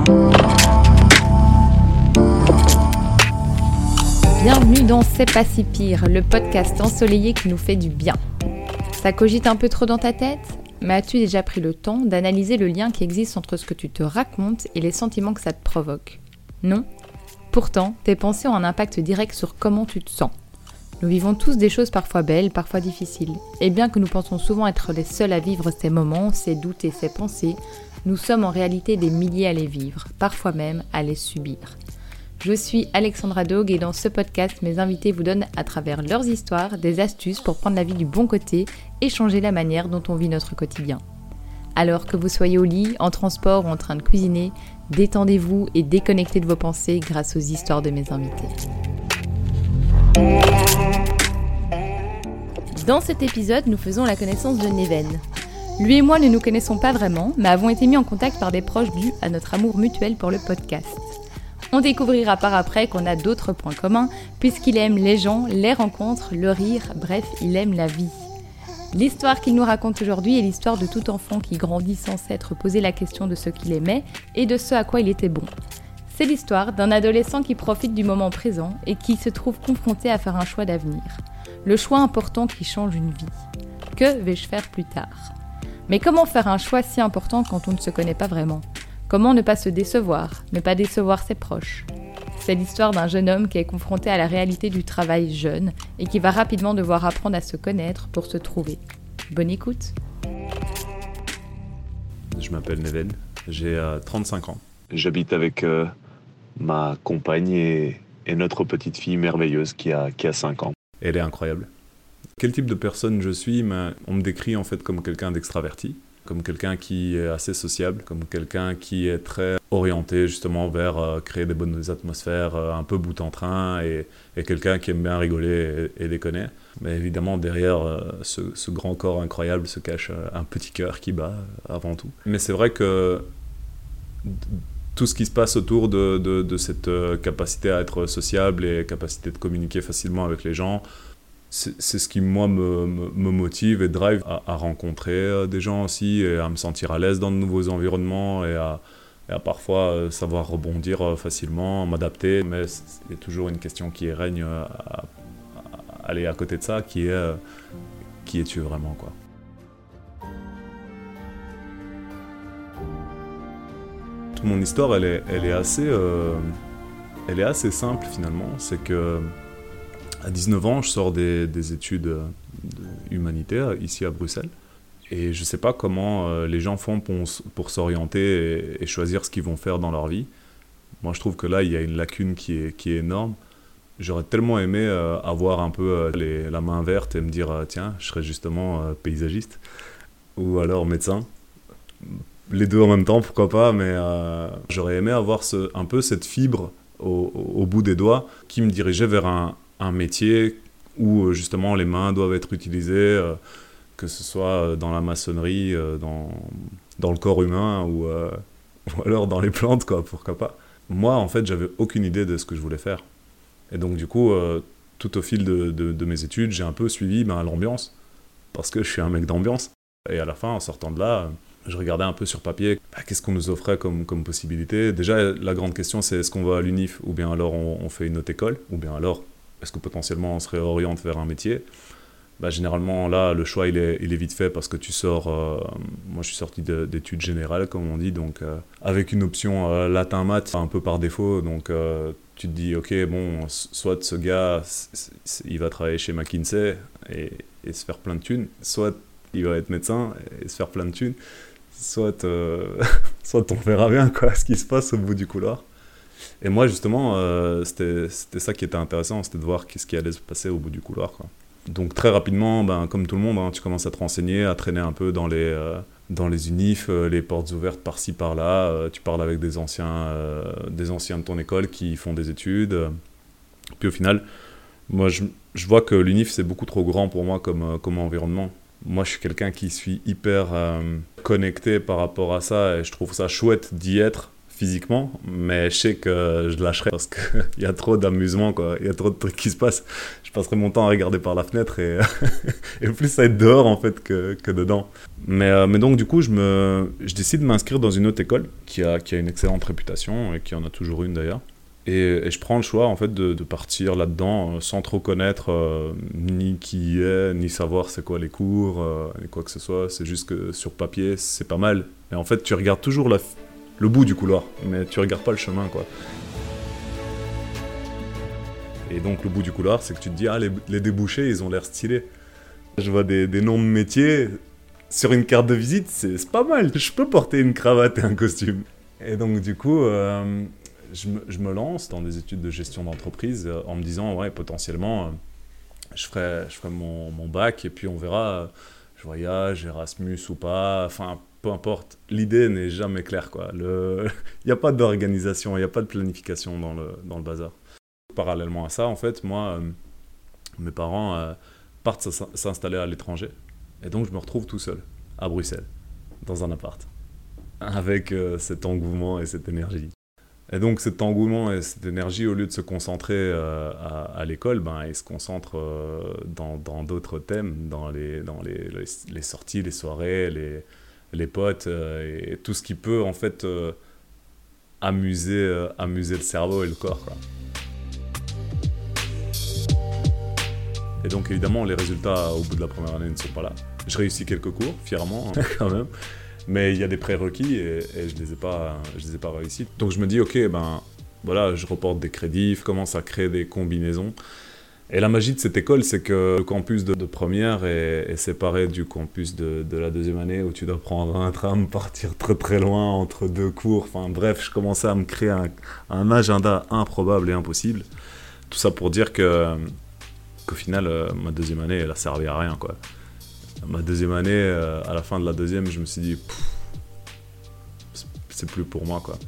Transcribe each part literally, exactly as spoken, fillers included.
Bienvenue dans C'est pas si pire, le podcast ensoleillé qui nous fait du bien. Ça cogite un peu trop dans ta tête ? Mais as-tu déjà pris le temps d'analyser le lien qui existe entre ce que tu te racontes et les sentiments que ça te provoque ? Non ? Pourtant, tes pensées ont un impact direct sur comment tu te sens. Nous vivons tous des choses parfois belles, parfois difficiles. Et bien que nous pensons souvent être les seuls à vivre ces moments, ces doutes et ces pensées, nous sommes en réalité des milliers à les vivre, parfois même à les subir. Je suis Alexandra Dogue et dans ce podcast, mes invités vous donnent à travers leurs histoires des astuces pour prendre la vie du bon côté et changer la manière dont on vit notre quotidien. Alors que vous soyez au lit, en transport ou en train de cuisiner, détendez-vous et déconnectez de vos pensées grâce aux histoires de mes invités. Dans cet épisode, nous faisons la connaissance de Neven. Lui et moi ne nous connaissons pas vraiment, mais avons été mis en contact par des proches dus à notre amour mutuel pour le podcast. On découvrira par après qu'on a d'autres points communs, puisqu'il aime les gens, les rencontres, le rire, bref, il aime la vie. L'histoire qu'il nous raconte aujourd'hui est l'histoire de tout enfant qui grandit sans s'être posé la question de ce qu'il aimait et de ce à quoi il était bon. C'est l'histoire d'un adolescent qui profite du moment présent et qui se trouve confronté à faire un choix d'avenir. Le choix important qui change une vie. Que vais-je faire plus tard ? Mais comment faire un choix si important quand on ne se connaît pas vraiment ? Comment ne pas se décevoir, ne pas décevoir ses proches ? C'est l'histoire d'un jeune homme qui est confronté à la réalité du travail jeune et qui va rapidement devoir apprendre à se connaître pour se trouver. Bonne écoute. Je m'appelle Neven, j'ai euh, trente-cinq ans. J'habite avec euh, ma compagne et, et notre petite fille merveilleuse qui a, qui a cinq ans. Elle est incroyable. Quel type de personne je suis ? On me décrit en fait comme quelqu'un d'extraverti, comme quelqu'un qui est assez sociable, comme quelqu'un qui est très orienté justement vers euh, créer des bonnes atmosphères, euh, un peu bout en train, et, et quelqu'un qui aime bien rigoler et, et déconner. Mais évidemment, derrière euh, ce, ce grand corps incroyable se cache euh, un petit cœur qui bat euh, avant tout. Mais c'est vrai que tout ce qui se passe autour de, de, de cette euh, capacité à être sociable et capacité de communiquer facilement avec les gens, C'est, c'est ce qui, moi, me, me, me motive et drive à, à rencontrer euh, des gens aussi et à me sentir à l'aise dans de nouveaux environnements et à, et à parfois euh, savoir rebondir euh, facilement, m'adapter. Mais il y a toujours une question qui règne euh, à, à aller à côté de ça, qui est euh, qui es-tu vraiment, quoi. Toute mon histoire, elle est, elle est, assez, euh, elle est assez simple finalement. C'est que à dix-neuf ans, je sors des, des études humanitaires ici à Bruxelles. Et je ne sais pas comment euh, les gens font pour, pour s'orienter et, et choisir ce qu'ils vont faire dans leur vie. Moi, je trouve que là, il y a une lacune qui est, qui est énorme. J'aurais tellement aimé euh, avoir un peu euh, les, la main verte et me dire euh, « Tiens, je serais justement euh, paysagiste » ou alors médecin. Les deux en même temps, pourquoi pas, mais euh, j'aurais aimé avoir ce, un peu cette fibre au, au, au bout des doigts qui me dirigeait vers un un métier où justement les mains doivent être utilisées, euh, que ce soit dans la maçonnerie, euh, dans, dans le corps humain ou, euh, ou alors dans les plantes, quoi, pourquoi pas. Moi, en fait, j'avais aucune idée de ce que je voulais faire. Et donc, du coup, euh, tout au fil de, de, de mes études, j'ai un peu suivi ben, l'ambiance, parce que je suis un mec d'ambiance. Et à la fin, en sortant de là, je regardais un peu sur papier, bah, qu'est-ce qu'on nous offrait comme, comme possibilité. Déjà, la grande question, c'est est-ce qu'on va à l'U N I F, ou bien alors on, on fait une autre école, ou bien alors est-ce que potentiellement on se réoriente vers un métier ? Bah, généralement, là, le choix, il est, il est vite fait parce que tu sors... Euh, moi, je suis sorti de, d'études générales, comme on dit, donc euh, avec une option euh, latin-maths un peu par défaut. Donc, euh, tu te dis, OK, bon, soit ce gars, c- c- il va travailler chez McKinsey et, et se faire plein de thunes, soit il va être médecin et se faire plein de thunes, soit, euh, soit on verra bien quoi, ce qui se passe au bout du couloir. Et moi, justement, euh, c'était, c'était ça qui était intéressant, c'était de voir qu'est-ce qui allait se passer au bout du couloir, quoi. Donc très rapidement, ben, comme tout le monde, hein, tu commences à te renseigner, à traîner un peu dans les, euh, dans les unifs, euh, les portes ouvertes par-ci, par-là. Euh, tu parles avec des anciens, euh, des anciens de ton école qui font des études. Puis au final, moi, je, je vois que l'unif, c'est beaucoup trop grand pour moi comme, euh, comme environnement. Moi, je suis quelqu'un qui suis hyper euh, connecté par rapport à ça et je trouve ça chouette d'y être physiquement, mais je sais que je lâcherai parce qu'il y a trop d'amusement, quoi. Il y a trop de trucs qui se passent. Je passerai mon temps à regarder par la fenêtre et, et plus à être dehors en fait que, que dedans. Mais, euh, mais donc du coup, je, me, je décide de m'inscrire dans une autre école qui a, qui a une excellente réputation et qui en a toujours une d'ailleurs. Et, et je prends le choix en fait de, de partir là-dedans euh, sans trop connaître euh, ni qui y est, ni savoir c'est quoi les cours, euh, ni quoi que ce soit. C'est juste que sur papier, c'est pas mal. Et en fait, tu regardes toujours la, le bout du couloir, mais tu regardes pas le chemin, quoi. Et donc le bout du couloir, c'est que tu te dis, ah, les, les débouchés, ils ont l'air stylés. Je vois des, des noms de métiers sur une carte de visite, c'est, c'est pas mal. Je peux porter une cravate et un costume. Et donc du coup... Euh, Je me, je me lance dans des études de gestion d'entreprise euh, en me disant, ouais, potentiellement, euh, je ferai, je ferai mon, mon bac et puis on verra, euh, je voyage, Erasmus ou pas, enfin, peu importe. L'idée n'est jamais claire, quoi. Il n'y a pas d'organisation, il n'y a pas de planification dans le, dans le bazar. Parallèlement à ça, en fait, moi, euh, mes parents euh, partent s'installer à l'étranger. Et donc, je me retrouve tout seul, à Bruxelles, dans un appart, avec euh, cet engouement et cette énergie. Et donc cet engouement et cette énergie, au lieu de se concentrer euh, à, à l'école, ben, ils se concentrent euh, dans, dans d'autres thèmes, dans, les, dans les, les, les sorties, les soirées, les, les potes, euh, et tout ce qui peut en fait euh, amuser, euh, amuser le cerveau et le corps, quoi. Et donc évidemment, les résultats au bout de la première année ne sont pas là. Je réussis quelques cours, fièrement, quand même. Mais il y a des prérequis et, et je ne les ai pas, je les ai pas réussis. Donc je me dis, ok, ben voilà, je reporte des crédits, je commence à créer des combinaisons. Et la magie de cette école, c'est que le campus de, de première est, est séparé du campus de, de la deuxième année où tu dois prendre un tram, partir très très loin entre deux cours. Enfin bref, je commençais à me créer un, un agenda improbable et impossible. Tout ça pour dire que, qu'au final, euh, ma deuxième année, elle a servi à rien, quoi. Ma deuxième année, euh, à la fin de la deuxième, je me suis dit, pff, c'est plus pour moi, quoi.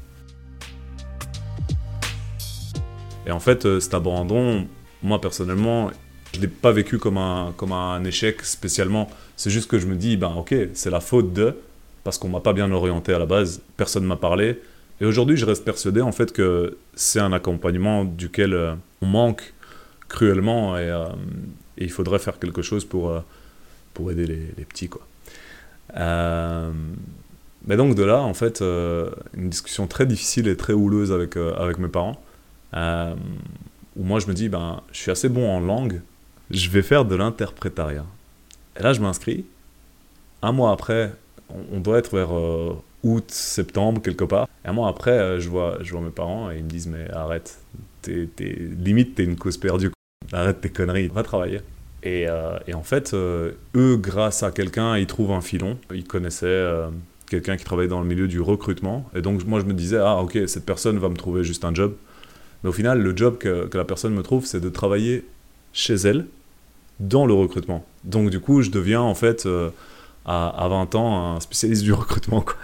Et en fait, euh, cet abandon, moi personnellement, je ne l'ai pas vécu comme un, comme un échec spécialement. C'est juste que je me dis, ben ok, c'est la faute de, parce qu'on ne m'a pas bien orienté à la base, personne ne m'a parlé. Et aujourd'hui, je reste persuadé en fait que c'est un accompagnement duquel euh, on manque cruellement et, euh, et il faudrait faire quelque chose pour... Euh, pour aider les, les petits, quoi. Euh, mais donc de là, en fait, euh, une discussion très difficile et très houleuse avec, euh, avec mes parents, euh, où moi je me dis, ben, je suis assez bon en langue, je vais faire de l'interprétariat. Et là, je m'inscris. Un mois après, on, on doit être vers euh, août, septembre, quelque part. Et un mois après, euh, je, vois, je vois mes parents et ils me disent, mais arrête, t'es, t'es, limite, t'es une cause perdue. Arrête tes conneries, va travailler. Et, euh, et en fait, euh, eux, grâce à quelqu'un, ils trouvent un filon. Ils connaissaient euh, quelqu'un qui travaillait dans le milieu du recrutement. Et donc, moi, je me disais, ah, ok, cette personne va me trouver juste un job. Mais au final, le job que, que la personne me trouve, c'est de travailler chez elle, dans le recrutement. Donc, du coup, je deviens, en fait, euh, à, à vingt ans, un spécialiste du recrutement, quoi.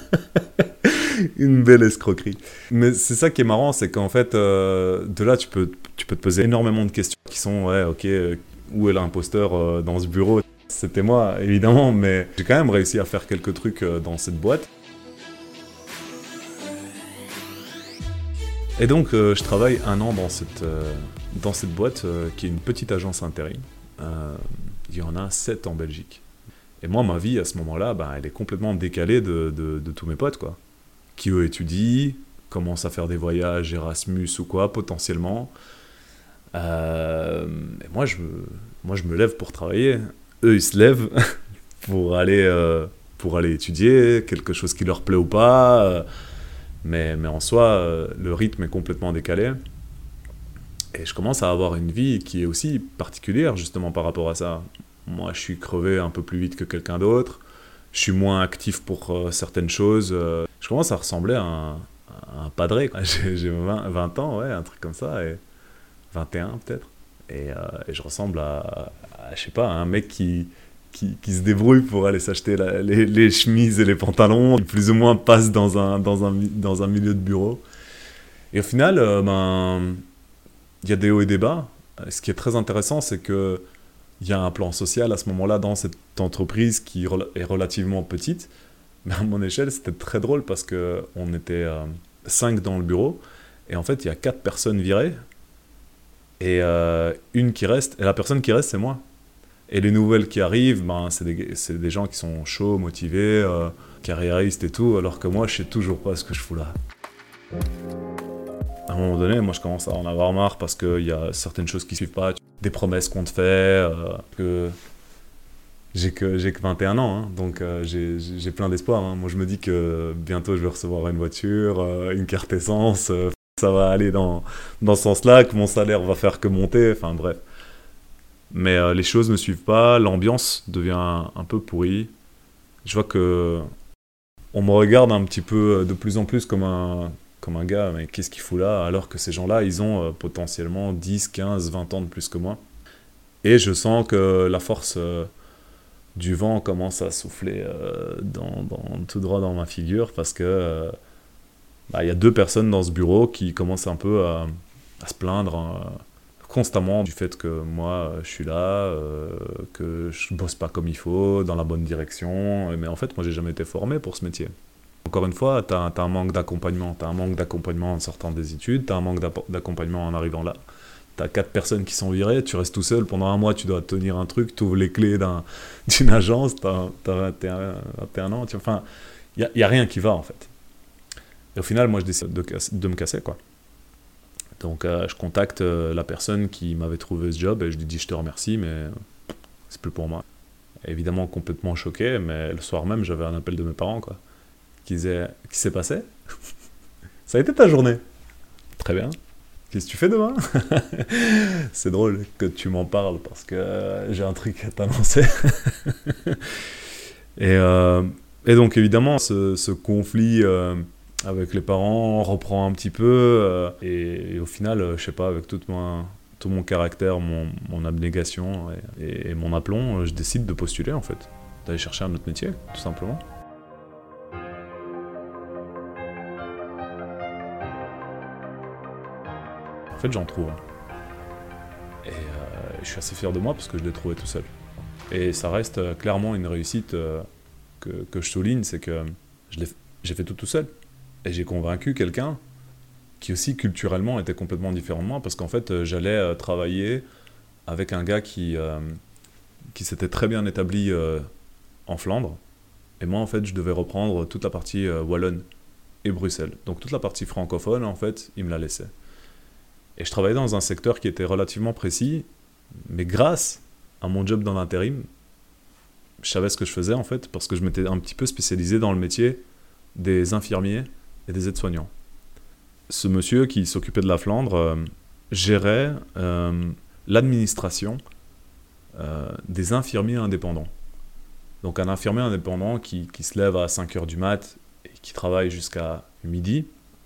Une belle escroquerie. Mais c'est ça qui est marrant, c'est qu'en fait, euh, de là, tu peux, tu peux te poser énormément de questions qui sont, ouais, ok... Euh, où est l'imposteur euh, dans ce bureau? C'était moi, évidemment, mais j'ai quand même réussi à faire quelques trucs euh, dans cette boîte. Et donc, euh, je travaille un an dans cette, euh, dans cette boîte euh, qui est une petite agence intérim. Euh, il y en a sept en Belgique. Et moi, ma vie, à ce moment-là, bah, elle est complètement décalée de, de, de tous mes potes, quoi. Qui, eux, étudient, commencent à faire des voyages Erasmus ou quoi, potentiellement. Euh, et moi, je me, moi, je me lève pour travailler. Eux, ils se lèvent pour aller, euh, pour aller étudier, quelque chose qui leur plaît ou pas. Euh, mais, mais en soi, euh, le rythme est complètement décalé. Et je commence à avoir une vie qui est aussi particulière, justement, par rapport à ça. Moi, je suis crevé un peu plus vite que quelqu'un d'autre. Je suis moins actif pour euh, certaines choses. Euh, je commence à ressembler à un, à un padré, quoi. J'ai, j'ai vingt, vingt ans, ouais, un truc comme ça. Et vingt et un peut-être, et, euh, et je ressemble à, à, je sais pas, à un mec qui, qui, qui se débrouille pour aller s'acheter la, les, les chemises et les pantalons, qui plus ou moins passe dans un, dans un, dans un milieu de bureau. Et au final, euh, ben, il y a des hauts et des bas. Ce qui est très intéressant, c'est qu'il y a un plan social à ce moment-là dans cette entreprise qui est relativement petite, mais à mon échelle, c'était très drôle parce qu'on était... Euh, cinq dans le bureau, et en fait, il y a quatre personnes virées, et euh, une qui reste, et la personne qui reste, c'est moi. Et les nouvelles qui arrivent, ben, c'est, des, c'est des gens qui sont chauds, motivés, euh, carriéristes et tout, alors que moi, je sais toujours pas ce que je fous là. À un moment donné, moi, je commence à en avoir marre parce qu'il y a certaines choses qui suivent pas, des promesses qu'on te fait, euh, que j'ai que j'ai que vingt et un ans, hein, donc euh, j'ai, j'ai plein d'espoir. Hein. Moi, je me dis que bientôt, je vais recevoir une voiture, euh, une carte essence, euh, ça va aller dans, dans ce sens-là, que mon salaire va faire que monter, enfin bref. Mais euh, les choses ne suivent pas, l'ambiance devient un, un peu pourrie. Je vois que on me regarde un petit peu de plus en plus comme un, comme un gars, mais qu'est-ce qu'il fout là? Alors que ces gens-là, ils ont euh, potentiellement dix, quinze, vingt ans de plus que moi. Et je sens que la force euh, du vent commence à souffler euh, dans, dans, tout droit dans ma figure parce que euh, bah, y a deux personnes dans ce bureau qui commencent un peu à, à se plaindre hein, constamment du fait que moi je suis là, euh, que je bosse pas comme il faut, dans la bonne direction, mais en fait moi j'ai jamais été formé pour ce métier. Encore une fois, tu as un manque d'accompagnement, tu as un manque d'accompagnement en sortant des études, tu as un manque d'accompagnement en arrivant là. Tu as quatre personnes qui sont virées, tu restes tout seul, pendant un mois tu dois tenir un truc, tu ouvres les clés d'un, d'une agence, tu as vingt et un, vingt et un ans, tu, enfin, il n'y a, a rien qui va en fait. Et au final, moi je décide de, de me casser quoi. Donc euh, je contacte euh, la personne qui m'avait trouvé ce job et je lui dis je te remercie mais c'est plus pour moi. Évidemment complètement choqué, mais le soir même j'avais un appel de mes parents quoi, qui disaient « Qu'est-ce qui s'est passé ? Ça a été ta journée ? Très bien. Qu'est-ce que tu fais demain ?» C'est drôle que tu m'en parles parce que euh, j'ai un truc à t'annoncer. et, euh, et donc évidemment ce, ce conflit euh, avec les parents, on reprend un petit peu, euh, et, et au final, euh, je sais pas, avec toute mon, tout mon caractère, mon, mon abnégation et, et, et mon aplomb, je décide de postuler en fait, d'aller chercher un autre métier, tout simplement. En fait, j'en trouve. Et euh, je suis assez fier de moi parce que je l'ai trouvé tout seul. Et ça reste euh, clairement une réussite euh, que, que je souligne, c'est que je l'ai, j'ai fait tout tout seul. Et j'ai convaincu quelqu'un qui aussi culturellement était complètement différent de moi parce qu'en fait j'allais euh, travailler avec un gars qui, euh, qui s'était très bien établi euh, en Flandre et moi en fait je devais reprendre toute la partie euh, wallonne et Bruxelles, donc toute la partie francophone en fait il me la laissait et je travaillais dans un secteur qui était relativement précis mais grâce à mon job dans l'intérim je savais ce que je faisais en fait parce que je m'étais un petit peu spécialisé dans le métier des infirmiers et des aides-soignants. Ce monsieur qui s'occupait de la Flandre euh, gérait euh, l'administration euh, des infirmiers indépendants. Donc un infirmier indépendant qui, qui se lève à cinq heures du mat et qui travaille jusqu'à midi,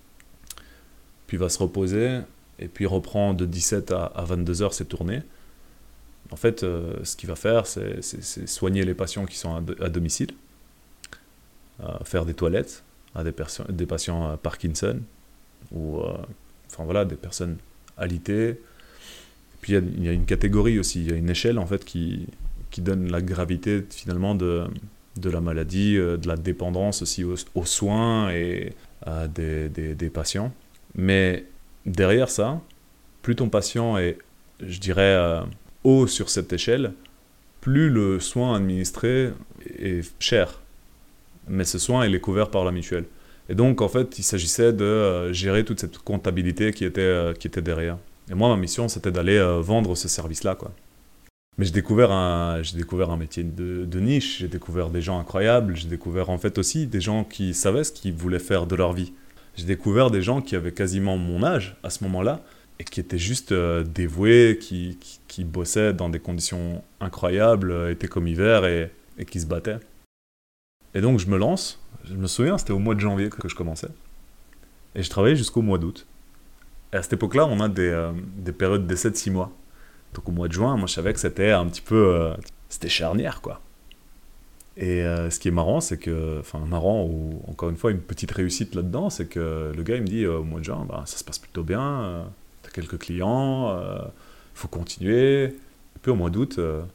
puis va se reposer et puis reprend de dix-sept à vingt-deux heures ses tournées. En fait, euh, ce qu'il va faire, c'est, c'est, c'est soigner les patients qui sont à, à domicile, euh, faire des toilettes, à des, perso- des patients à Parkinson ou euh, enfin voilà des personnes alitées. Puis il y, y a une catégorie aussi, il y a une échelle en fait qui qui donne la gravité finalement de de la maladie, euh, de la dépendance aussi aux, aux soins et à des, des des patients. Mais derrière ça, plus ton patient est, je dirais, euh, haut sur cette échelle, plus le soin administré est cher. Mais ce soin, il est couvert par la mutuelle. Et donc, en fait, il s'agissait de euh, gérer toute cette comptabilité qui était, euh, qui était derrière. Et moi, ma mission, c'était d'aller euh, vendre ce service-là, quoi. Mais j'ai découvert un, j'ai découvert un métier de, de niche, j'ai découvert des gens incroyables, j'ai découvert en fait aussi des gens qui savaient ce qu'ils voulaient faire de leur vie. J'ai découvert des gens qui avaient quasiment mon âge à ce moment-là, et qui étaient juste euh, dévoués, qui, qui, qui bossaient dans des conditions incroyables, euh, été comme hiver, et, et qui se battaient. Et donc je me lance, je me souviens, c'était au mois de janvier que je commençais, et je travaillais jusqu'au mois d'août. Et à cette époque-là, on a des, euh, des périodes d'essai de six mois. Donc au mois de juin, moi je savais que c'était un petit peu... Euh, c'était charnière, quoi. Et euh, ce qui est marrant, c'est que... Enfin, marrant, ou encore une fois, une petite réussite là-dedans, c'est que le gars, il me dit, euh, au mois de juin, bah, ça se passe plutôt bien, euh, t'as quelques clients, il euh, faut continuer. Et puis au mois d'août, euh,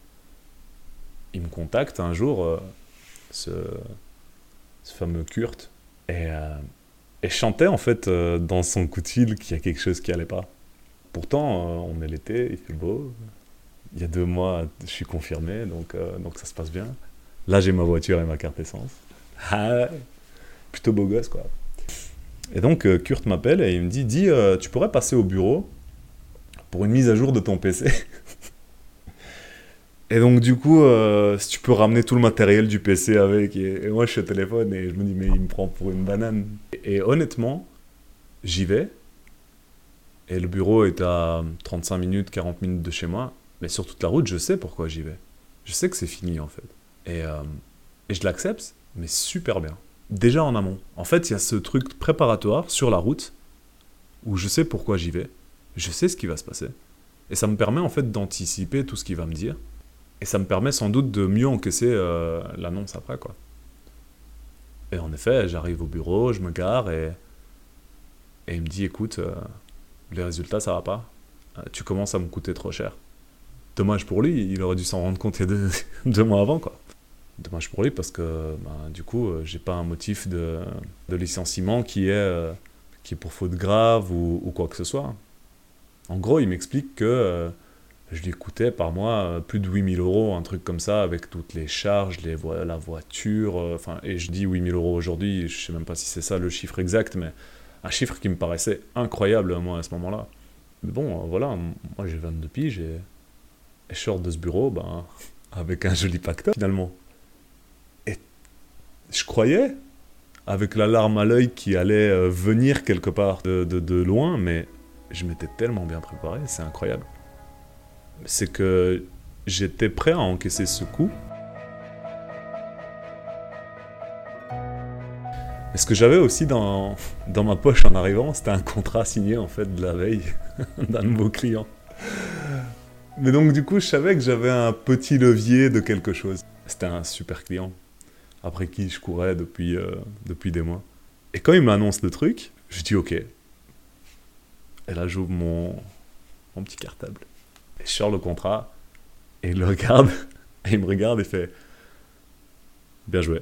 il me contacte un jour... Euh, Ce, ce fameux Kurt, et, euh, Et je sentais en fait euh, dans son coup de fil qu'il y a quelque chose qui allait pas. Pourtant, euh, on est l'été, il fait beau. Il y a deux mois, je suis confirmé, donc, euh, donc ça se passe bien. Là, j'ai ma voiture et ma carte essence. Ah, plutôt beau gosse, quoi. Et donc, euh, Kurt m'appelle et il me dit, dis, euh, tu pourrais passer au bureau pour une mise à jour de ton P C. Et donc, du coup, euh, si tu peux ramener tout le matériel du P C avec. Et, et moi, je suis au téléphone et je me dis, mais il me prend pour une banane. Et, et honnêtement, j'y vais. Et le bureau est à trente-cinq minutes, quarante minutes de chez moi. Mais sur toute la route, je sais pourquoi j'y vais. Je sais que c'est fini, en fait. Et, euh, et je l'accepte, mais super bien. Déjà en amont. En fait, il y a ce truc préparatoire sur la route où je sais pourquoi j'y vais. Je sais ce qui va se passer. Et ça me permet, en fait, d'anticiper tout ce qu'il va me dire. Et ça me permet sans doute de mieux encaisser euh, l'annonce après, quoi. Et en effet, j'arrive au bureau, je me gare et, et il me dit, écoute, euh, les résultats, ça va pas. Euh, tu commences à me coûter trop cher. Dommage pour lui, il aurait dû s'en rendre compte il y a deux, deux mois avant, quoi. Dommage pour lui parce que ben, du coup, euh, j'ai pas un motif de, de licenciement qui est, euh, qui est pour faute grave ou, ou quoi que ce soit. En gros, il m'explique que euh, je lui coûtais par mois euh, plus de huit mille euros, un truc comme ça, avec toutes les charges, les vo- la voiture. Enfin, euh, et je dis huit mille euros aujourd'hui, je sais même pas si c'est ça le chiffre exact, mais un chiffre qui me paraissait incroyable, moi, à ce moment-là. Mais bon, euh, voilà, moi j'ai vingt-deux piges et, et je sors de ce bureau ben, avec un joli pactole, finalement. Et je croyais, avec la larme à l'œil qui allait euh, venir quelque part de, de, de loin, mais je m'étais tellement bien préparé, c'est incroyable. C'est que j'étais prêt à encaisser ce coup. Et ce que j'avais aussi dans, dans ma poche en arrivant, c'était un contrat signé en fait de la veille d'un nouveau client. Mais donc du coup, je savais que j'avais un petit levier de quelque chose. C'était un super client, après qui je courais depuis, euh, depuis des mois. Et quand il m'annonce le truc, je dis ok. Et là, j'ouvre mon, mon petit cartable. Et je sors le contrat, et il le regarde, et il me regarde et fait « Bien joué. »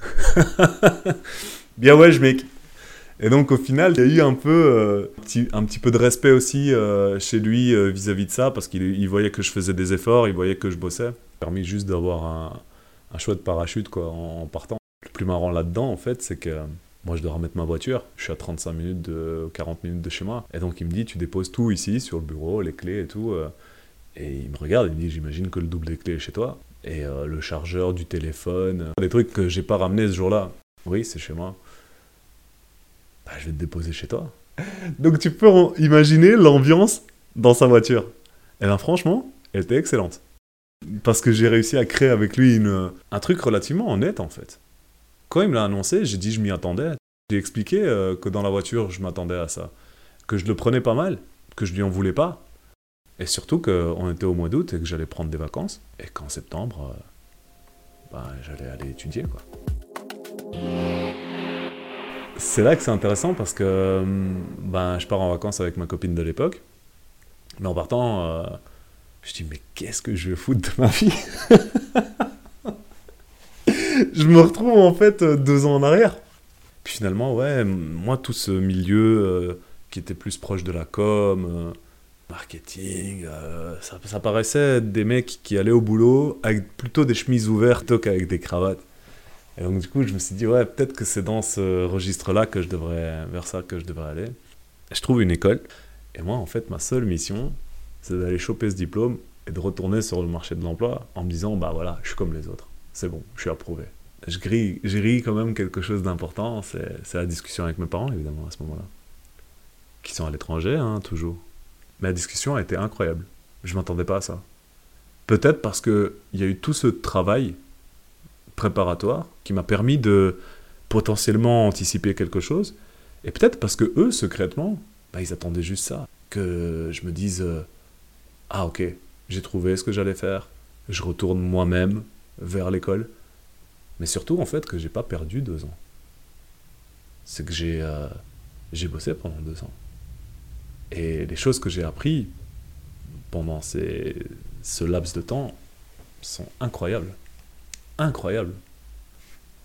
Bien ouais, je mec. Et donc au final, il y a eu un peu, euh, petit, un petit peu de respect aussi euh, chez lui euh, vis-à-vis de ça, parce qu'il il voyait que je faisais des efforts, il voyait que je bossais. Ça m'a permis juste d'avoir un, un chouette parachute quoi, en, en partant. Le plus marrant là-dedans, en fait, c'est que euh, moi, je dois remettre ma voiture. Je suis à trente-cinq minutes, de, quarante minutes de chez moi. Et donc il me dit, tu déposes tout ici, sur le bureau, les clés et tout. Euh, et il me regarde, il me dit, j'imagine que le double des clés est chez toi. Et euh, le chargeur du téléphone, euh, des trucs que j'ai pas ramenés ce jour-là. Oui, c'est chez moi. Bah, je vais te déposer chez toi. Donc tu peux imaginer l'ambiance dans sa voiture. Et bien franchement, elle était excellente. Parce que j'ai réussi à créer avec lui une, un truc relativement honnête en fait. Quand il me l'a annoncé, j'ai dit je m'y attendais. J'ai expliqué euh, que dans la voiture, je m'attendais à ça. Que je le prenais pas mal, que je lui en voulais pas. Et surtout qu'on était au mois d'août et que j'allais prendre des vacances. Et qu'en septembre, euh, bah, j'allais aller étudier quoi. C'est là que c'est intéressant parce que ben, je pars en vacances avec ma copine de l'époque. Mais en partant, euh, je dis mais qu'est-ce que je vais foutre de ma vie? Je me retrouve en fait deux ans en arrière. Puis finalement, ouais, moi tout ce milieu euh, qui était plus proche de la com, euh, marketing, euh, ça, ça paraissait des mecs qui allaient au boulot avec plutôt des chemises ouvertes plutôt qu'avec des cravates. Et donc du coup, je me suis dit, ouais, peut-être que c'est dans ce registre-là que je devrais, vers ça que je devrais aller. Et je trouve une école. Et moi, en fait, ma seule mission, c'est d'aller choper ce diplôme et de retourner sur le marché de l'emploi en me disant, bah voilà, je suis comme les autres. C'est bon, je suis approuvé. Je grille, j'ai ri quand même quelque chose d'important, c'est, c'est la discussion avec mes parents, évidemment, à ce moment-là. Qui sont à l'étranger, hein, toujours. Mais la discussion a été incroyable. Je ne m'attendais pas à ça. Peut-être parce qu'il y a eu tout ce travail préparatoire qui m'a permis de potentiellement anticiper quelque chose, et peut-être parce que eux, secrètement, bah, ils attendaient juste ça, que je me dise euh, ah ok, j'ai trouvé ce que j'allais faire, je retourne moi-même vers l'école, mais surtout en fait que j'ai pas perdu deux ans, c'est que j'ai euh, j'ai bossé pendant deux ans, et les choses que j'ai appris pendant ces, ce laps de temps sont incroyables. Incroyable.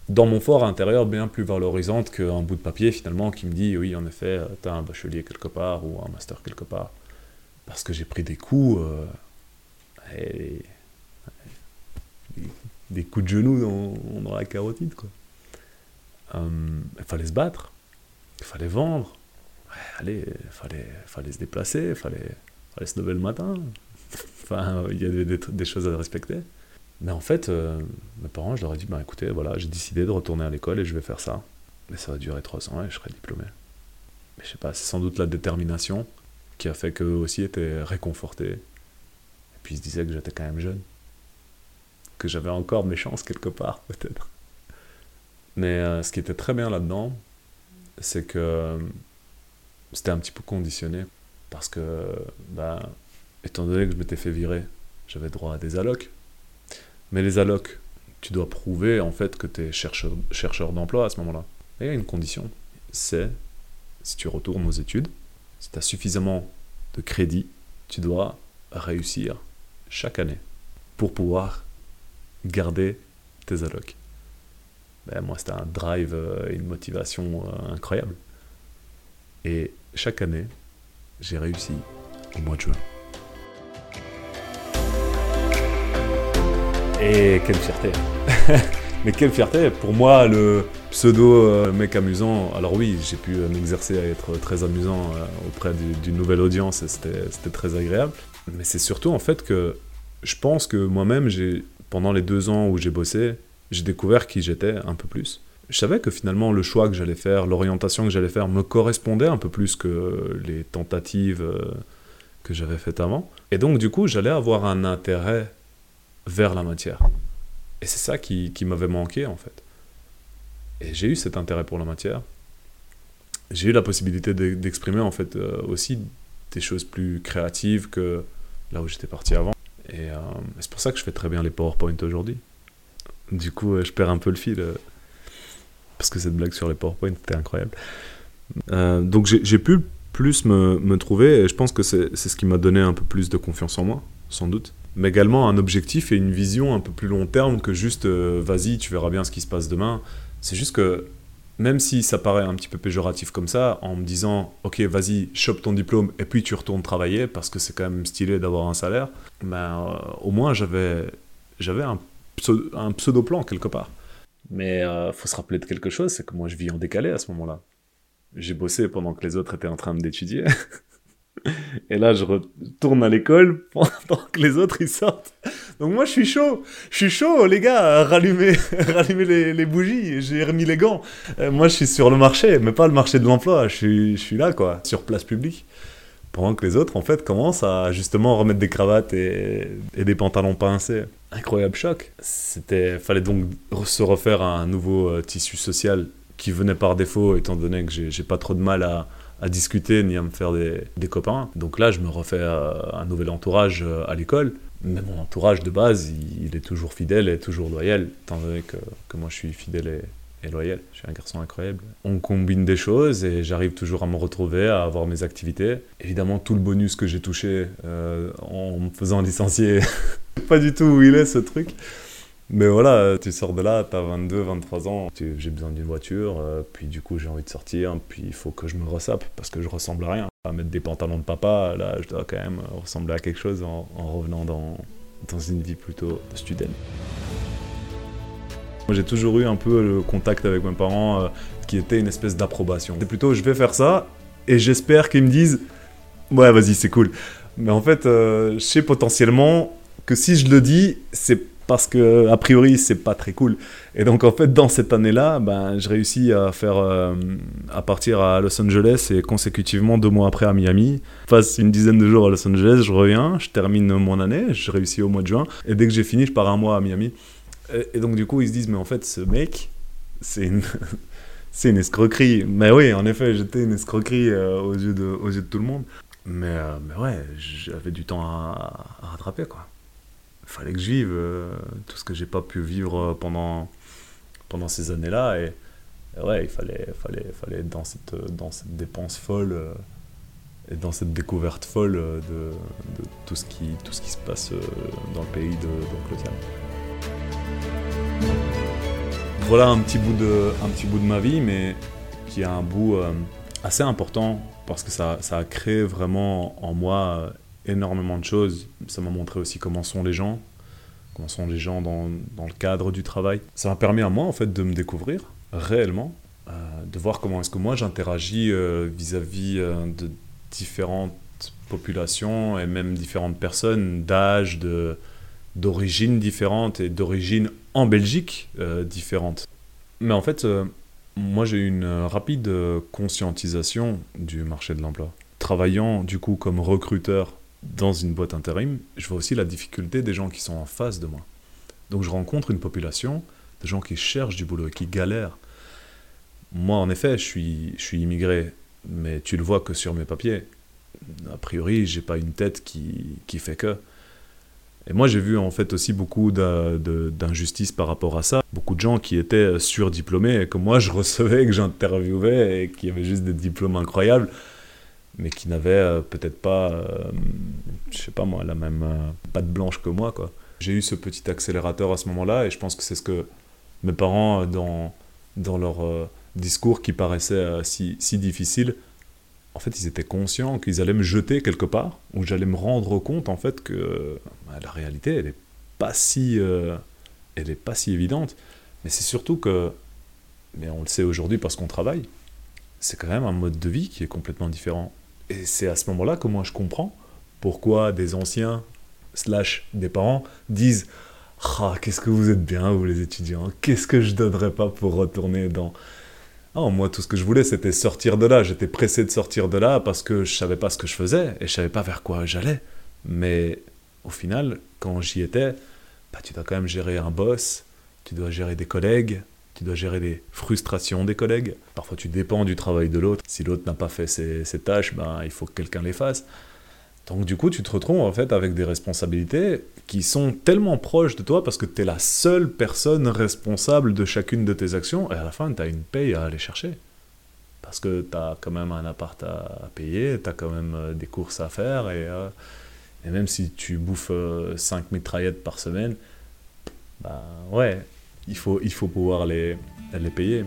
dans mon fort intérieur bien plus valorisante qu'un bout de papier finalement qui me dit oui en effet t'as un bachelier quelque part ou un master quelque part, parce que j'ai pris des coups euh, et, et, des coups de genoux dans, dans la carotide quoi. Il euh, fallait se battre, il fallait vendre, ouais, allez, il fallait, fallait se déplacer, il fallait, fallait se lever le matin, enfin il y a des, des, des choses à respecter. Mais en fait, euh, mes parents, je leur ai dit, bah écoutez, voilà, j'ai décidé de retourner à l'école et je vais faire ça. Mais ça va durer trois ans et je serai diplômé. Mais je sais pas, c'est sans doute la détermination qui a fait qu'eux aussi étaient réconfortés. Et puis ils se disaient que j'étais quand même jeune. Que j'avais encore mes chances quelque part, peut-être. Mais euh, ce qui était très bien là-dedans, c'est que euh, c'était un petit peu conditionné. Parce que, bah, étant donné que je m'étais fait virer, j'avais droit à des allocs. Mais les allocs, tu dois prouver en fait que tu es chercheur, chercheur d'emploi à ce moment-là. Et il y a une condition, c'est si tu retournes aux études, si tu as suffisamment de crédit, tu dois réussir chaque année pour pouvoir garder tes allocs. Ben, moi, c'était un drive et une motivation incroyable. Et chaque année, j'ai réussi au mois de juin. Et quelle fierté. Mais quelle fierté. Pour moi, le pseudo euh, mec amusant, alors oui, j'ai pu euh, m'exercer à être très amusant euh, auprès du, d'une nouvelle audience, et c'était, c'était très agréable. Mais c'est surtout en fait que je pense que moi-même, j'ai, pendant les deux ans où j'ai bossé, j'ai découvert qui j'étais un peu plus. Je savais que finalement, le choix que j'allais faire, l'orientation que j'allais faire me correspondait un peu plus que les tentatives euh, que j'avais faites avant. Et donc, du coup, j'allais avoir un intérêt vers la matière. Et c'est ça qui, qui m'avait manqué, en fait. Et j'ai eu cet intérêt pour la matière. J'ai eu la possibilité de, d'exprimer, en fait, euh, aussi des choses plus créatives que là où j'étais parti avant. Et euh, c'est pour ça que je fais très bien les PowerPoint aujourd'hui. Du coup, euh, je perds un peu le fil, euh, parce que cette blague sur les PowerPoint était incroyable. Euh, donc j'ai, j'ai pu plus me, me trouver, et je pense que c'est, c'est ce qui m'a donné un peu plus de confiance en moi, sans doute. Mais également un objectif et une vision un peu plus long terme que juste euh, vas-y, tu verras bien ce qui se passe demain. C'est juste que même si ça paraît un petit peu péjoratif comme ça, en me disant ok, vas-y, chope ton diplôme et puis tu retournes travailler parce que c'est quand même stylé d'avoir un salaire, ben, euh, au moins j'avais, j'avais un, pseudo, un pseudo-plan quelque part. Mais il euh, faut se rappeler de quelque chose, c'est que moi je vis en décalé à ce moment-là. J'ai bossé pendant que les autres étaient en train d'étudier. Et là, je retourne à l'école pendant que les autres, ils sortent. Donc moi, je suis chaud. Je suis chaud, les gars, rallumer, rallumer les, les bougies. J'ai remis les gants. Euh, moi, je suis sur le marché, mais pas le marché de l'emploi. Je suis, je suis là, quoi, sur place publique. Pendant que les autres, en fait, commencent à justement remettre des cravates et, et des pantalons pincés. Incroyable choc. C'était, fallait donc se refaire un nouveau euh, tissu social qui venait par défaut, étant donné que j'ai, j'ai pas trop de mal à... à discuter ni à me faire des, des copains. Donc là, je me refais euh, un nouvel entourage euh, à l'école. Mais mon entourage de base, il, il est toujours fidèle et toujours loyal, étant donné que, que moi je suis fidèle et, et loyal. Je suis un garçon incroyable. On combine des choses et j'arrive toujours à me retrouver, à avoir mes activités. Évidemment, tout le bonus que j'ai touché euh, en me faisant licencier, pas du tout où il est ce truc. Mais voilà, tu sors de là, t'as vingt-deux, vingt-trois ans, tu, j'ai besoin d'une voiture, euh, puis du coup j'ai envie de sortir, puis il faut que je me ressape, parce que je ressemble à rien. À mettre des pantalons de papa, là je dois quand même ressembler à quelque chose en, en revenant dans, dans une vie plutôt de student. Moi j'ai toujours eu un peu le contact avec mes parents, euh, qui était une espèce d'approbation. C'est plutôt je vais faire ça, et j'espère qu'ils me disent « ouais vas-y c'est cool ». Mais en fait, euh, je sais potentiellement que si je le dis, c'est parce que a priori c'est pas très cool. Et donc en fait dans cette année-là, ben je réussis à faire euh, à partir à Los Angeles et consécutivement deux mois après à Miami. Je passe une dizaine de jours à Los Angeles, je reviens, je termine mon année, je réussis au mois de juin et dès que j'ai fini, je pars un mois à Miami. Et, et donc du coup ils se disent mais en fait ce mec c'est une c'est une escroquerie. Mais oui, en effet, j'étais une escroquerie euh, aux yeux de aux yeux de tout le monde. Mais euh, mais ouais, j'avais du temps à, à rattraper quoi. Il fallait que je vive euh, tout ce que j'ai pas pu vivre pendant, pendant ces années-là. Et, et ouais, il fallait, fallait, fallait être dans cette, dans cette dépense folle euh, et dans cette découverte folle euh, de, de tout, ce qui, tout ce qui se passe euh, dans le pays de d'Oncle Sam. Voilà un petit bout de, un petit bout de ma vie, mais qui est un bout euh, assez important parce que ça, ça a créé vraiment en moi euh, énormément de choses. Ça m'a montré aussi comment sont les gens, comment sont les gens dans, dans le cadre du travail. Ça m'a permis à moi en fait de me découvrir réellement, euh, de voir comment est-ce que moi j'interagis euh, vis-à-vis euh, de différentes populations et même différentes personnes d'âge, de, d'origines différentes et d'origines en Belgique euh, différentes. Mais en fait, euh, moi j'ai eu une rapide euh, conscientisation du marché de l'emploi. Travaillant du coup comme recruteur dans une boîte intérim, je vois aussi la difficulté des gens qui sont en face de moi. Donc je rencontre une population de gens qui cherchent du boulot et qui galèrent. Moi en effet, je suis, je suis immigré, mais tu le vois que sur mes papiers. A priori, j'ai pas une tête qui, qui fait que. Et moi, j'ai vu en fait aussi beaucoup d'injustices par rapport à ça. Beaucoup de gens qui étaient surdiplômés et que moi, je recevais, que j'interviewais et qui avaient juste des diplômes incroyables, mais qui n'avaient euh, peut-être pas, euh, je sais pas moi, la même euh, patte blanche que moi, quoi. J'ai eu ce petit accélérateur à ce moment-là et je pense que c'est ce que mes parents, dans, dans leur euh, discours qui paraissait euh, si, si difficile, en fait, ils étaient conscients qu'ils allaient me jeter quelque part, où j'allais me rendre compte, en fait, que bah, la réalité, elle n'est pas si, euh, elle est pas si évidente. Mais c'est surtout que, mais on le sait aujourd'hui parce qu'on travaille, c'est quand même un mode de vie qui est complètement différent. Et c'est à ce moment-là que moi, je comprends pourquoi des anciens, slash des parents, disent « Ah, qu'est-ce que vous êtes bien, vous les étudiants, qu'est-ce que je donnerais pas pour retourner dans... » Oh, moi, tout ce que je voulais, c'était sortir de là. J'étais pressé de sortir de là parce que je savais pas ce que je faisais et je savais pas vers quoi j'allais. Mais au final, quand j'y étais, bah, tu dois quand même gérer un boss, tu dois gérer des collègues, tu dois gérer les frustrations des collègues. Parfois, tu dépends du travail de l'autre. Si l'autre n'a pas fait ses, ses tâches, bah, il faut que quelqu'un les fasse. Donc du coup, tu te retrouves en fait avec des responsabilités qui sont tellement proches de toi parce que tu es la seule personne responsable de chacune de tes actions et à la fin, tu as une paye à aller chercher. Parce que tu as quand même un appart à payer, tu as quand même des courses à faire et, euh, et même si tu bouffes euh, cinq mitraillettes par semaine, bah ouais, il faut, il faut pouvoir les, les payer.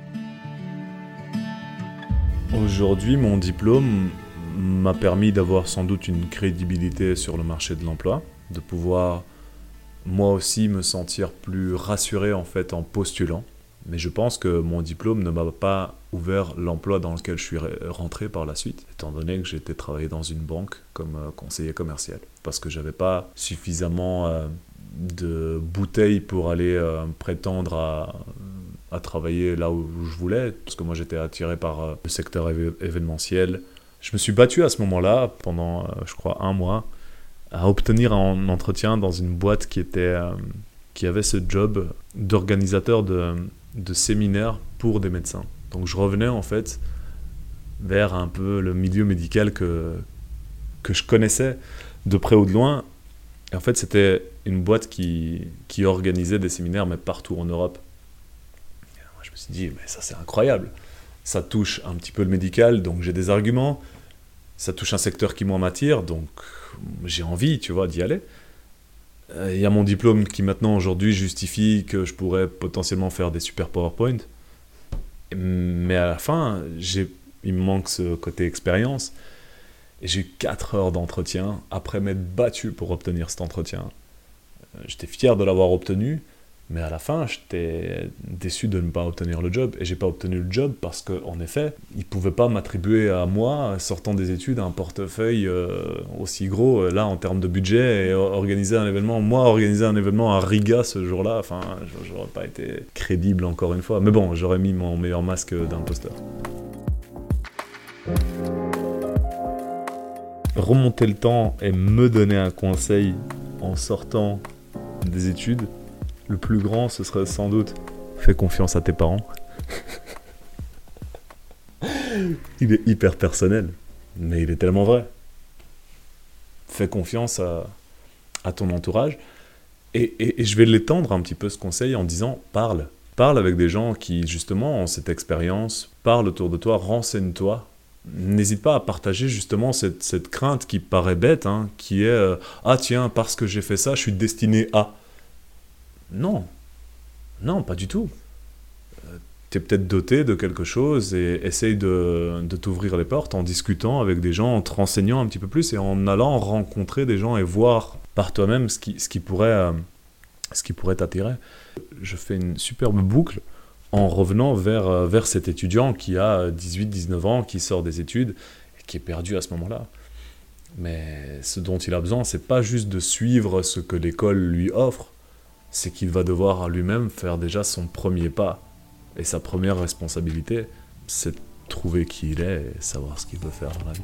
Aujourd'hui, mon diplôme m'a permis d'avoir sans doute une crédibilité sur le marché de l'emploi, de pouvoir moi aussi me sentir plus rassuré en fait en postulant. Mais je pense que mon diplôme ne m'a pas ouvert l'emploi dans lequel je suis rentré par la suite, étant donné que j'étais travaillé dans une banque comme conseiller commercial, parce que j'avais pas suffisamment euh, de bouteilles pour aller euh, prétendre à, à travailler là où je voulais, parce que moi j'étais attiré par euh, le secteur éve- événementiel. Je me suis battu à ce moment-là, pendant, euh, je crois, un mois, à obtenir un entretien dans une boîte qui, était, euh, qui avait ce job d'organisateur de, de séminaires pour des médecins. Donc je revenais en fait vers un peu le milieu médical que, que je connaissais de près ou de loin. Et en fait, c'était une boîte qui, qui organisait des séminaires, mais partout en Europe. Et moi, je me suis dit, mais ça c'est incroyable. Ça touche un petit peu le médical, donc j'ai des arguments. Ça touche un secteur qui moi m'attire, donc j'ai envie, tu vois, d'y aller. Il y a mon diplôme qui maintenant, aujourd'hui, justifie que je pourrais potentiellement faire des super PowerPoint. Mais à la fin, j'ai, il me manque ce côté expérience. Et j'ai eu quatre heures d'entretien après m'être battu pour obtenir cet entretien. J'étais fier de l'avoir obtenu. Mais à la fin, j'étais déçu de ne pas obtenir le job. Et j'ai pas obtenu le job parce qu'en effet, ils ne pouvaient pas m'attribuer à moi, sortant des études, un portefeuille euh, aussi gros, là, en termes de budget, et organiser un événement. Moi, organiser un événement à Riga ce jour-là, enfin, j'aurais pas été crédible encore une fois. Mais bon, j'aurais mis mon meilleur masque d'imposteur. Remonter le temps et me donner un conseil en sortant des études, le plus grand, ce serait sans doute « Fais confiance à tes parents ». Il est hyper personnel, mais il est tellement vrai. Fais confiance à, à ton entourage. Et, et, et je vais l'étendre un petit peu ce conseil en disant « Parle ». Parle avec des gens qui, justement, ont cette expérience. Parle autour de toi, renseigne-toi. N'hésite pas à partager justement cette, cette crainte qui paraît bête, hein, qui est euh, « Ah tiens, parce que j'ai fait ça, je suis destiné à… » Non, non, pas du tout. tu es peut-être doté de quelque chose et essaye de, de t'ouvrir les portes en discutant avec des gens, en te renseignant un petit peu plus et en allant rencontrer des gens et voir par toi-même ce qui, ce qui pourrait, euh, ce qui pourrait t'attirer. Je fais une superbe boucle en revenant vers, euh, vers cet étudiant qui a dix-huit dix-neuf ans, qui sort des études et qui est perdu à ce moment-là. Mais ce dont il a besoin, c'est pas juste de suivre ce que l'école lui offre, c'est qu'il va devoir lui-même faire déjà son premier pas. Et sa première responsabilité, c'est de trouver qui il est et savoir ce qu'il veut faire dans la vie.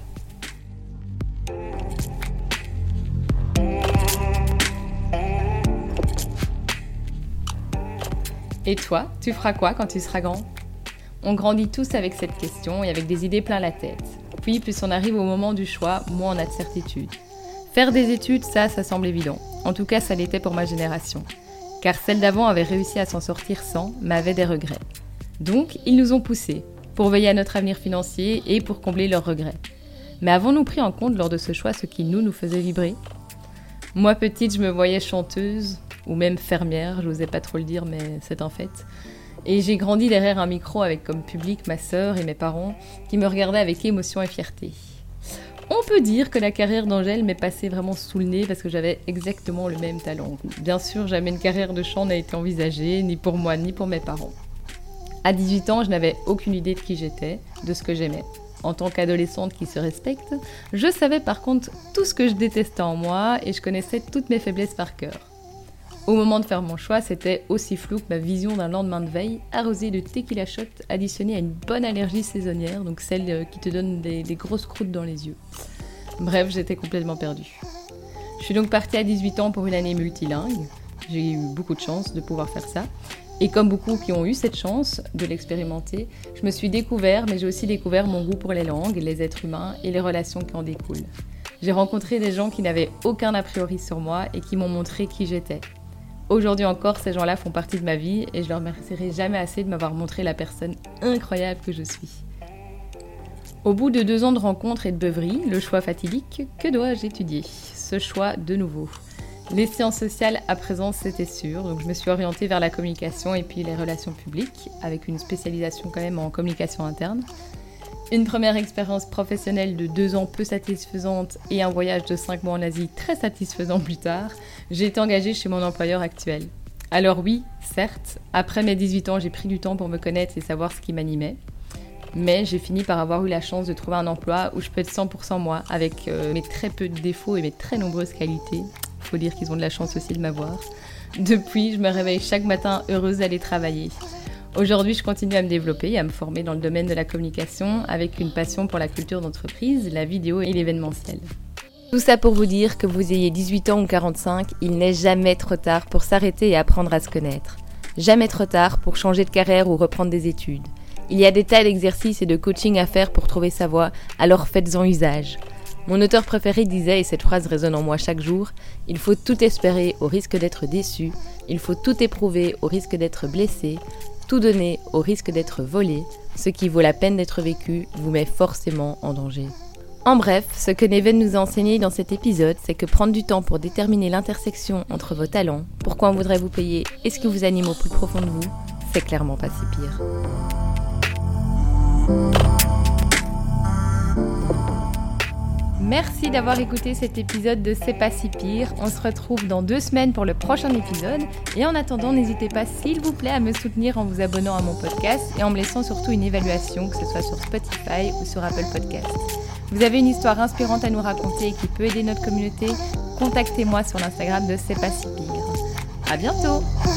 Et toi, tu feras quoi quand tu seras grand ? On grandit tous avec cette question et avec des idées plein la tête. Puis, plus on arrive au moment du choix, moins on a de certitude. Faire des études, ça, ça semble évident. En tout cas, ça l'était pour ma génération. Car celle d'avant avait réussi à s'en sortir sans, mais avait des regrets. Donc, ils nous ont poussés, pour veiller à notre avenir financier et pour combler leurs regrets. Mais avons-nous pris en compte lors de ce choix ce qui nous, nous faisait vibrer ? Moi, petite, je me voyais chanteuse, ou même fermière, j'osais pas trop le dire, mais c'est un fait. Et j'ai grandi derrière un micro avec comme public ma sœur et mes parents, qui me regardaient avec émotion et fierté. On peut dire que la carrière d'Angèle m'est passée vraiment sous le nez parce que j'avais exactement le même talent. Bien sûr, jamais une carrière de chant n'a été envisagée, ni pour moi, ni pour mes parents. À dix-huit ans, je n'avais aucune idée de qui j'étais, de ce que j'aimais. En tant qu'adolescente qui se respecte, je savais par contre tout ce que je détestais en moi et je connaissais toutes mes faiblesses par cœur. Au moment de faire mon choix, c'était aussi flou que ma vision d'un lendemain de veille, arrosé de tequila shot additionné à une bonne allergie saisonnière, donc celle qui te donne des, des grosses croûtes dans les yeux. Bref, j'étais complètement perdue. Je suis donc partie à dix-huit ans pour une année multilingue. J'ai eu beaucoup de chance de pouvoir faire ça. Et comme beaucoup qui ont eu cette chance de l'expérimenter, je me suis découvert, mais j'ai aussi découvert mon goût pour les langues, les êtres humains et les relations qui en découlent. J'ai rencontré des gens qui n'avaient aucun a priori sur moi et qui m'ont montré qui j'étais. Aujourd'hui encore, ces gens-là font partie de ma vie et je leur remercierai jamais assez de m'avoir montré la personne incroyable que je suis. Au bout de deux ans de rencontres et de beuveries, le choix fatidique, que dois-je étudier ? Ce choix de nouveau. Les sciences sociales, à présent, c'était sûr, donc je me suis orientée vers la communication et puis les relations publiques, avec une spécialisation quand même en communication interne. Une première expérience professionnelle de deux ans peu satisfaisante et un voyage de cinq mois en Asie très satisfaisant plus tard, j'ai été engagée chez mon employeur actuel. Alors oui, certes, après mes dix-huit ans, j'ai pris du temps pour me connaître et savoir ce qui m'animait, mais j'ai fini par avoir eu la chance de trouver un emploi où je peux être cent pour cent moi, avec euh, mes très peu de défauts et mes très nombreuses qualités. Il faut dire qu'ils ont de la chance aussi de m'avoir. Depuis, je me réveille chaque matin heureuse d'aller travailler. Aujourd'hui, je continue à me développer et à me former dans le domaine de la communication avec une passion pour la culture d'entreprise, la vidéo et l'événementiel. Tout ça pour vous dire que vous ayez dix-huit ans ou quarante-cinq, il n'est jamais trop tard pour s'arrêter et apprendre à se connaître. Jamais trop tard pour changer de carrière ou reprendre des études. Il y a des tas d'exercices et de coaching à faire pour trouver sa voie, alors faites-en usage. Mon auteur préféré disait, et cette phrase résonne en moi chaque jour, « Il faut tout espérer au risque d'être déçu, il faut tout éprouver au risque d'être blessé, tout donner au risque d'être volé, ce qui vaut la peine d'être vécu vous met forcément en danger. » En bref, ce que Neven nous a enseigné dans cet épisode, c'est que prendre du temps pour déterminer l'intersection entre vos talents, pourquoi on voudrait vous payer et ce qui vous anime au plus profond de vous, c'est clairement pas si pire. Merci d'avoir écouté cet épisode de C'est pas si pire. On se retrouve dans deux semaines pour le prochain épisode. Et en attendant, n'hésitez pas, s'il vous plaît, à me soutenir en vous abonnant à mon podcast et en me laissant surtout une évaluation, que ce soit sur Spotify ou sur Apple Podcasts. Vous avez une histoire inspirante à nous raconter et qui peut aider notre communauté ? Contactez-moi sur l'Instagram de C'est pas si pire. À bientôt!